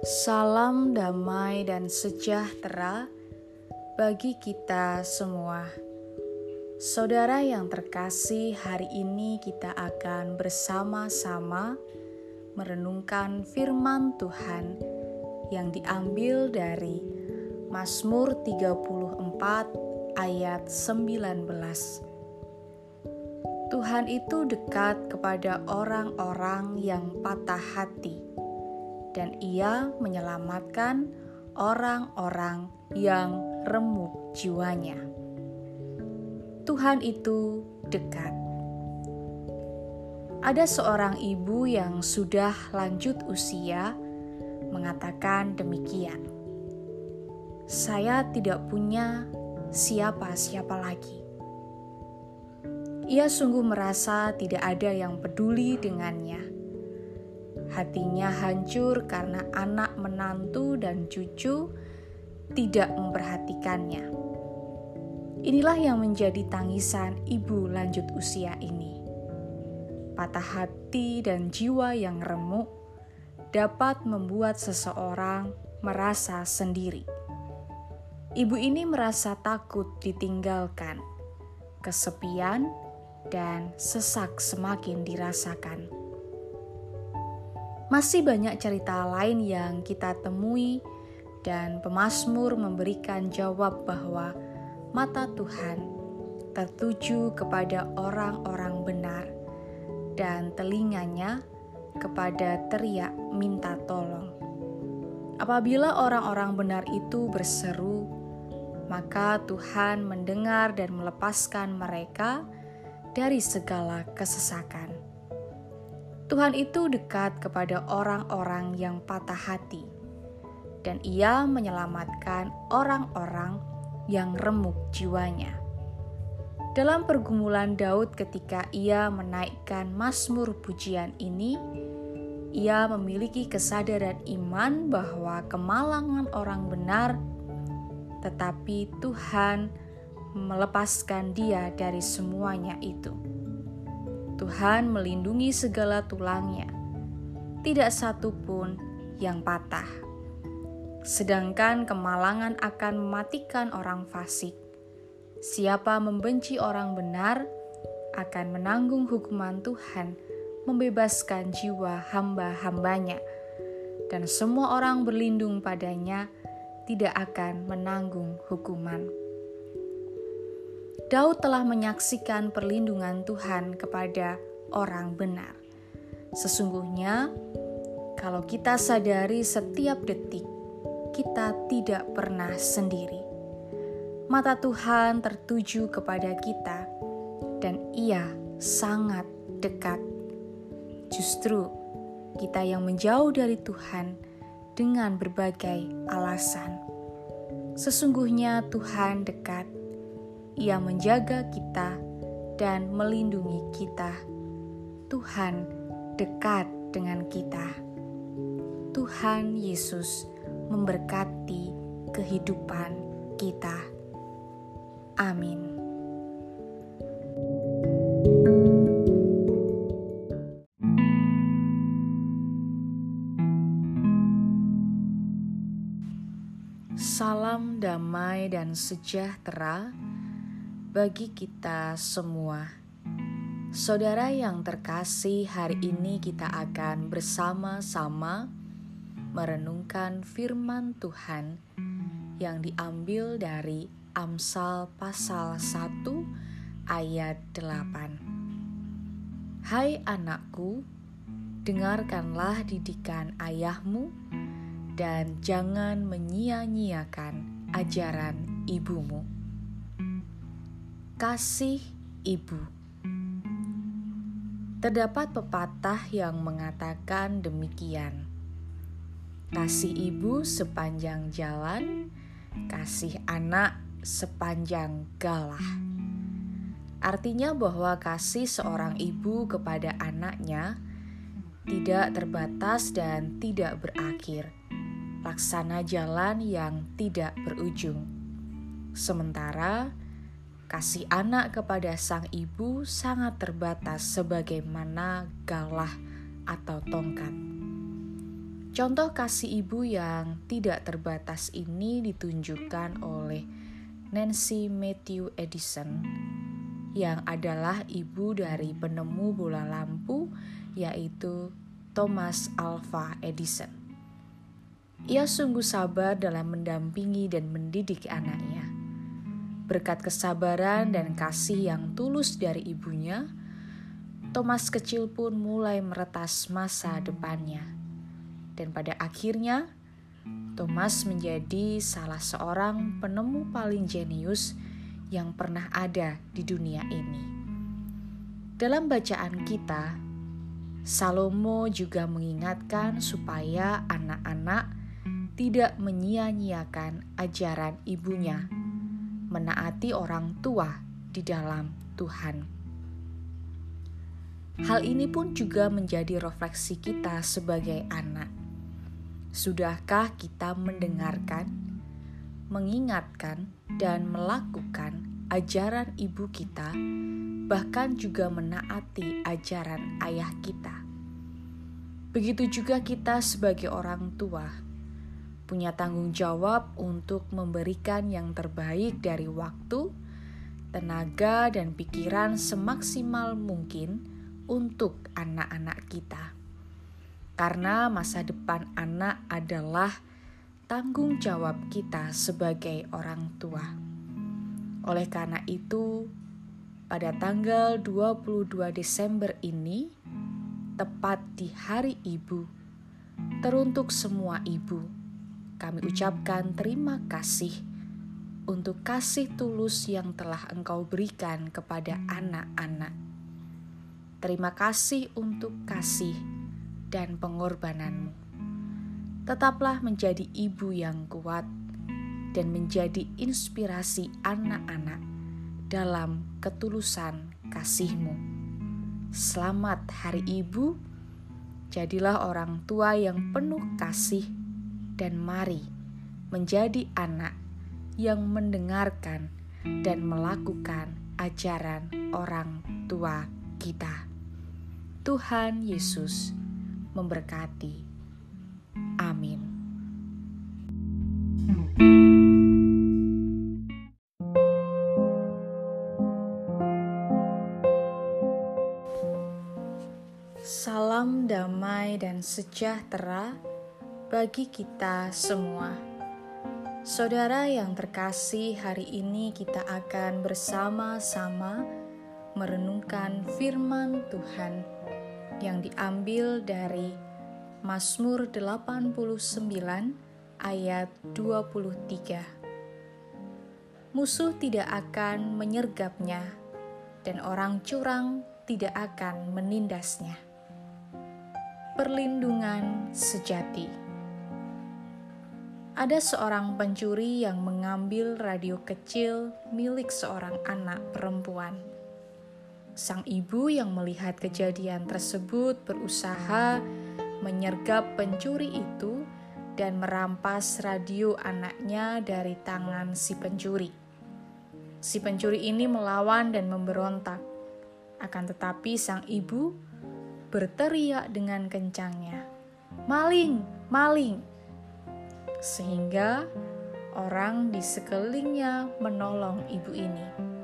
Salam damai dan sejahtera bagi kita semua. Saudara yang terkasih, hari ini kita akan bersama-sama merenungkan firman Tuhan yang diambil dari Mazmur 34 ayat 19. Tuhan itu dekat kepada orang-orang yang patah hati, dan Ia menyelamatkan orang-orang yang remuk jiwanya. Tuhan itu dekat. Ada seorang ibu yang sudah lanjut usia mengatakan demikian, "Saya tidak punya siapa-siapa lagi." Ia sungguh merasa tidak ada yang peduli dengannya. Hatinya hancur karena anak menantu dan cucu tidak memperhatikannya. Inilah yang menjadi tangisan ibu lanjut usia ini. Patah hati dan jiwa yang remuk dapat membuat seseorang merasa sendiri. Ibu ini merasa takut ditinggalkan, kesepian, dan sesak semakin dirasakan. Masih banyak cerita lain yang kita temui, dan pemazmur memberikan jawab bahwa mata Tuhan tertuju kepada orang-orang benar dan telinganya kepada teriak minta tolong. Apabila orang-orang benar itu berseru, maka Tuhan mendengar dan melepaskan mereka dari segala kesesakan. Tuhan itu dekat kepada orang-orang yang patah hati, dan Ia menyelamatkan orang-orang yang remuk jiwanya. Dalam pergumulan Daud ketika ia menaikkan mazmur pujian ini, ia memiliki kesadaran iman bahwa kemalangan orang benar, tetapi Tuhan melepaskan dia dari semuanya itu. Tuhan melindungi segala tulangnya, tidak satu pun yang patah. Sedangkan kemalangan akan mematikan orang fasik. Siapa membenci orang benar akan menanggung hukuman Tuhan, membebaskan jiwa hamba-hambanya, dan semua orang berlindung padanya tidak akan menanggung hukuman. Daud telah menyaksikan perlindungan Tuhan kepada orang benar. Sesungguhnya, kalau kita sadari setiap detik, kita tidak pernah sendiri. Mata Tuhan tertuju kepada kita, dan Ia sangat dekat. Justru kita yang menjauh dari Tuhan dengan berbagai alasan. Sesungguhnya Tuhan dekat. Ia menjaga kita dan melindungi kita. Tuhan dekat dengan kita. Tuhan Yesus memberkati kehidupan kita. Amin. Salam damai dan sejahtera bagi kita semua. Saudara yang terkasih, hari ini kita akan bersama-sama merenungkan firman Tuhan yang diambil dari Amsal pasal 1 ayat 8. Hai anakku, dengarkanlah didikan ayahmu dan jangan menyia-nyiakan ajaran ibumu. Kasih ibu. Terdapat pepatah yang mengatakan demikian, kasih ibu sepanjang jalan, kasih anak sepanjang galah. Artinya bahwa kasih seorang ibu kepada anaknya tidak terbatas dan tidak berakhir, laksana jalan yang tidak berujung. Sementara kasih anak kepada sang ibu sangat terbatas sebagaimana galah atau tongkat. Contoh kasih ibu yang tidak terbatas ini ditunjukkan oleh Nancy Matthew Edison, yang adalah ibu dari penemu bola lampu, yaitu Thomas Alva Edison. Ia sungguh sabar dalam mendampingi dan mendidik anaknya. Berkat kesabaran dan kasih yang tulus dari ibunya, Thomas kecil pun mulai meretas masa depannya. Dan pada akhirnya, Thomas menjadi salah seorang penemu paling jenius yang pernah ada di dunia ini. Dalam bacaan kita, Salomo juga mengingatkan supaya anak-anak tidak menyia-nyiakan ajaran ibunya, menaati orang tua di dalam Tuhan. Hal ini pun juga menjadi refleksi kita sebagai anak. Sudahkah kita mendengarkan, mengingatkan, dan melakukan ajaran ibu kita, bahkan juga menaati ajaran ayah kita? Begitu juga kita sebagai orang tua, punya tanggung jawab untuk memberikan yang terbaik dari waktu, tenaga, dan pikiran semaksimal mungkin untuk anak-anak kita. Karena masa depan anak adalah tanggung jawab kita sebagai orang tua. Oleh karena itu, pada tanggal 22 Desember ini, tepat di Hari Ibu, teruntuk semua ibu, kami ucapkan terima kasih untuk kasih tulus yang telah Engkau berikan kepada anak-anak. Terima kasih untuk kasih dan pengorbananmu. Tetaplah menjadi ibu yang kuat dan menjadi inspirasi anak-anak dalam ketulusan kasih-Mu. Selamat Hari Ibu, jadilah orang tua yang penuh kasih, dan mari menjadi anak yang mendengarkan dan melakukan ajaran orang tua kita. Tuhan Yesus memberkati. Amin. Salam damai dan sejahtera bagi kita semua. Saudara yang terkasih, hari ini kita akan bersama-sama merenungkan firman Tuhan yang diambil dari Mazmur 89 ayat 23. Musuh tidak akan menyergapnya, dan orang curang tidak akan menindasnya. Perlindungan sejati. Ada seorang pencuri yang mengambil radio kecil milik seorang anak perempuan. Sang ibu yang melihat kejadian tersebut berusaha menyergap pencuri itu dan merampas radio anaknya dari tangan si pencuri. Si pencuri ini melawan dan memberontak. Akan tetapi sang ibu berteriak dengan kencangnya, "Maling, maling!" Sehingga orang di sekelilingnya menolong ibu ini.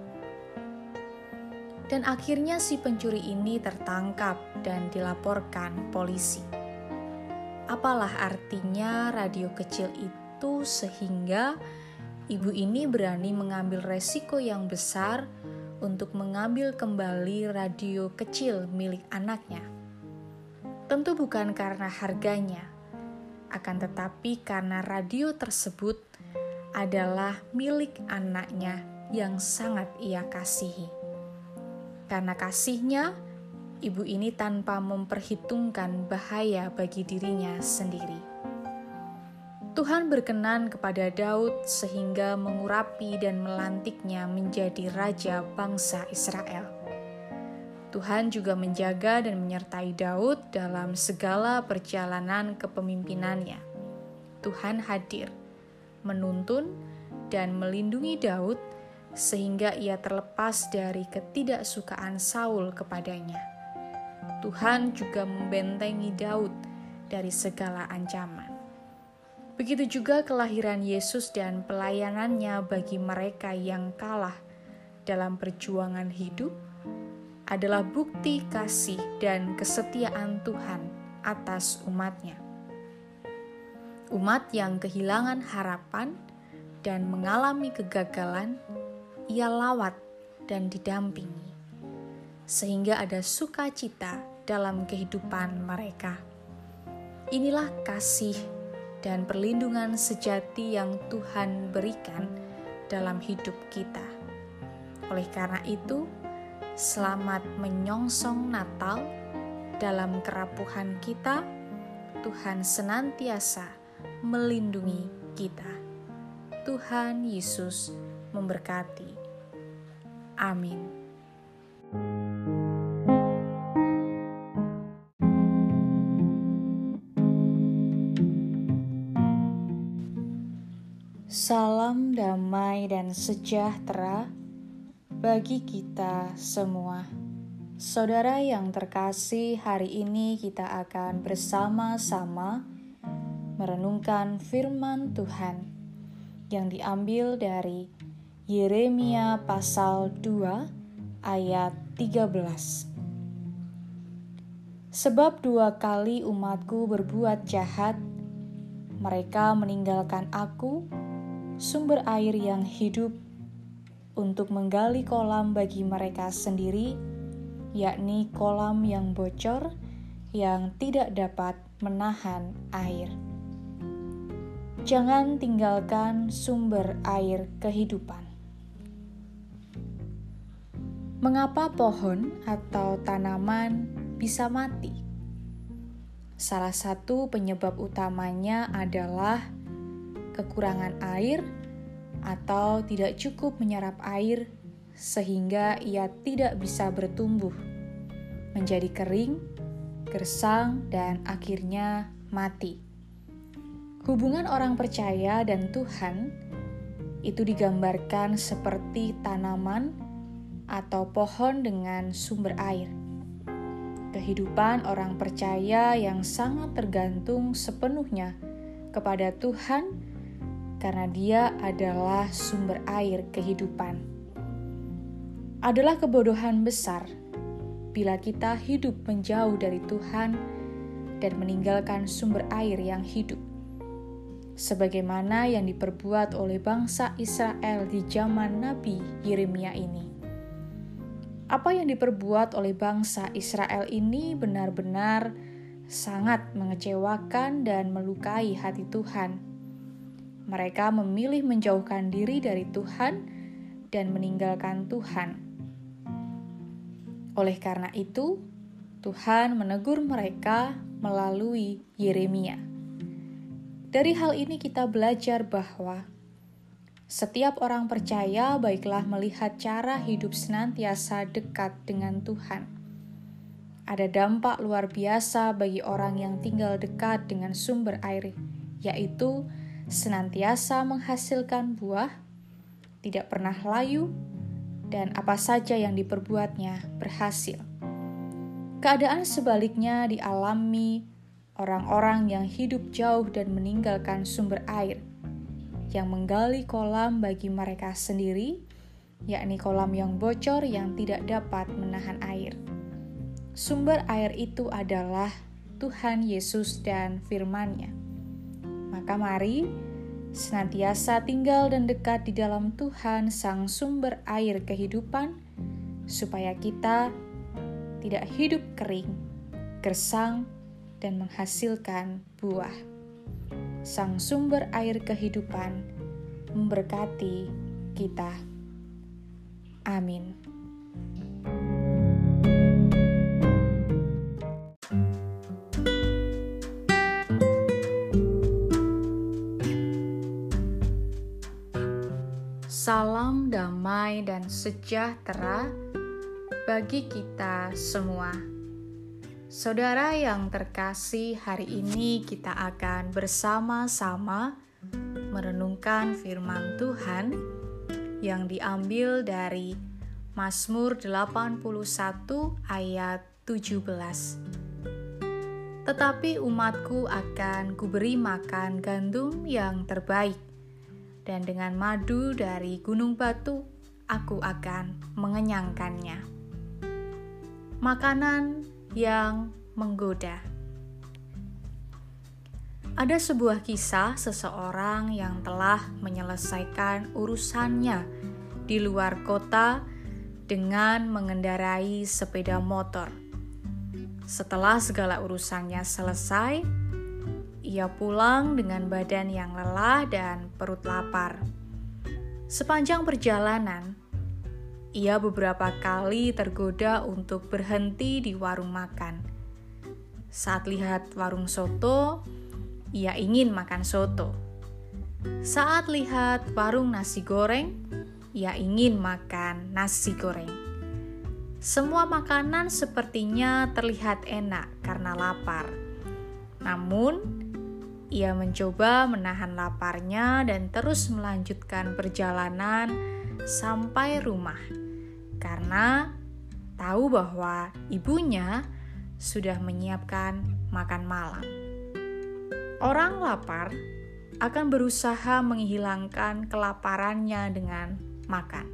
Dan akhirnya si pencuri ini tertangkap dan dilaporkan polisi. Apalah artinya radio kecil itu sehingga ibu ini berani mengambil resiko yang besar untuk mengambil kembali radio kecil milik anaknya? Tentu bukan karena harganya, akan tetapi karena radio tersebut adalah milik anaknya yang sangat ia kasihi. Karena kasihnya, ibu ini tanpa memperhitungkan bahaya bagi dirinya sendiri. Tuhan berkenan kepada Daud sehingga mengurapi dan melantiknya menjadi raja bangsa Israel. Tuhan juga menjaga dan menyertai Daud dalam segala perjalanan kepemimpinannya. Tuhan hadir, menuntun, dan melindungi Daud sehingga ia terlepas dari ketidaksukaan Saul kepadanya. Tuhan juga membentengi Daud dari segala ancaman. Begitu juga kelahiran Yesus dan pelayanannya bagi mereka yang kalah dalam perjuangan hidup adalah bukti kasih dan kesetiaan Tuhan atas umat-Nya. Umat yang kehilangan harapan dan mengalami kegagalan, Ia lawat dan didampingi, sehingga ada sukacita dalam kehidupan mereka. Inilah kasih dan perlindungan sejati yang Tuhan berikan dalam hidup kita. Oleh karena itu, selamat menyongsong Natal. Dalam kerapuhan kita, Tuhan senantiasa melindungi kita. Tuhan Yesus memberkati. Amin. Salam damai dan sejahtera bagi kita semua. Saudara yang terkasih, hari ini kita akan bersama-sama merenungkan firman Tuhan yang diambil dari Yeremia pasal 2 ayat 13. Sebab 2 kali umatku berbuat jahat, mereka meninggalkan aku, sumber air yang hidup, untuk menggali kolam bagi mereka sendiri, yakni kolam yang bocor, yang tidak dapat menahan air. Jangan tinggalkan sumber air kehidupan. Mengapa pohon atau tanaman bisa mati? Salah satu penyebab utamanya adalah kekurangan air atau tidak cukup menyerap air sehingga ia tidak bisa bertumbuh, menjadi kering, gersang, dan akhirnya mati. Hubungan orang percaya dan Tuhan itu digambarkan seperti tanaman atau pohon dengan sumber air. Kehidupan orang percaya yang sangat tergantung sepenuhnya kepada Tuhan karena Dia adalah sumber air kehidupan. Adalah kebodohan besar bila kita hidup menjauh dari Tuhan dan meninggalkan sumber air yang hidup, sebagaimana yang diperbuat oleh bangsa Israel di zaman Nabi Yeremia ini. Apa yang diperbuat oleh bangsa Israel ini benar-benar sangat mengecewakan dan melukai hati Tuhan. Mereka memilih menjauhkan diri dari Tuhan dan meninggalkan Tuhan. Oleh karena itu, Tuhan menegur mereka melalui Yeremia. Dari hal ini kita belajar bahwa setiap orang percaya baiklah melihat cara hidup senantiasa dekat dengan Tuhan. Ada dampak luar biasa bagi orang yang tinggal dekat dengan sumber air, yaitu senantiasa menghasilkan buah, tidak pernah layu, dan apa saja yang diperbuatnya berhasil. Keadaan sebaliknya dialami orang-orang yang hidup jauh dan meninggalkan sumber air, yang menggali kolam bagi mereka sendiri, yakni kolam yang bocor yang tidak dapat menahan air. Sumber air itu adalah Tuhan Yesus dan firman-Nya. Maka mari senantiasa tinggal dan dekat di dalam Tuhan, Sang Sumber air kehidupan, supaya kita tidak hidup kering, gersang, dan menghasilkan buah. Sang Sumber air kehidupan memberkati kita. Amin. Salam damai dan sejahtera bagi kita semua. Saudara yang terkasih, hari ini kita akan bersama-sama merenungkan firman Tuhan yang diambil dari Mazmur 81 ayat 17. Tetapi umatku akan kuberi makan gandum yang terbaik, dan dengan madu dari gunung batu aku akan mengenyangkannya. Makanan yang menggoda. Ada sebuah kisah seseorang yang telah menyelesaikan urusannya di luar kota dengan mengendarai sepeda motor. Setelah segala urusannya selesai, ia pulang dengan badan yang lelah dan perut lapar. Sepanjang perjalanan, ia beberapa kali tergoda untuk berhenti di warung makan. Saat lihat warung soto, ia ingin makan soto. Saat lihat warung nasi goreng, ia ingin makan nasi goreng. Semua makanan sepertinya terlihat enak karena lapar. Namun, ia mencoba menahan laparnya dan terus melanjutkan perjalanan sampai rumah. Karena tahu bahwa ibunya sudah menyiapkan makan malam. Orang lapar akan berusaha menghilangkan kelaparannya dengan makan.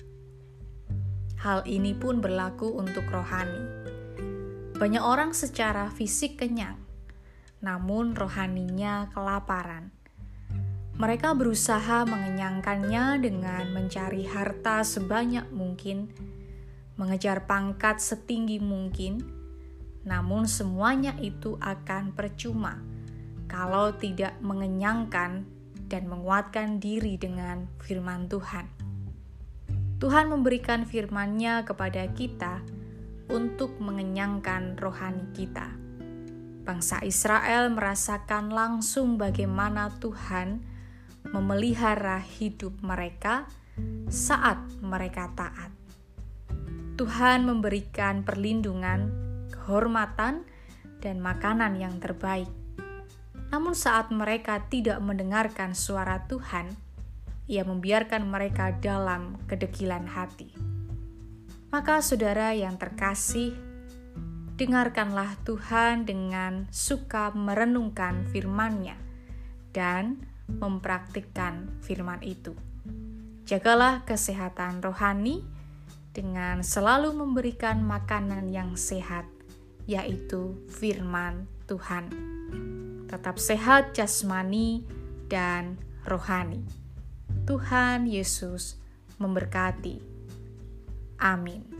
Hal ini pun berlaku untuk rohani. Banyak orang secara fisik kenyang, namun rohaninya kelaparan. Mereka berusaha mengenyangkannya dengan mencari harta sebanyak mungkin, mengejar pangkat setinggi mungkin, namun semuanya itu akan percuma kalau tidak mengenyangkan dan menguatkan diri dengan firman Tuhan. Tuhan memberikan firman-Nya kepada kita untuk mengenyangkan rohani kita. Bangsa Israel merasakan langsung bagaimana Tuhan memelihara hidup mereka saat mereka taat. Tuhan memberikan perlindungan, kehormatan, dan makanan yang terbaik. Namun saat mereka tidak mendengarkan suara Tuhan, Ia membiarkan mereka dalam kedegilan hati. Maka saudara yang terkasih, dengarkanlah Tuhan dengan suka merenungkan firman-Nya dan mempraktikkan firman itu. Jagalah kesehatan rohani dengan selalu memberikan makanan yang sehat, yaitu firman Tuhan. Tetap sehat jasmani dan rohani. Tuhan Yesus memberkati. Amin.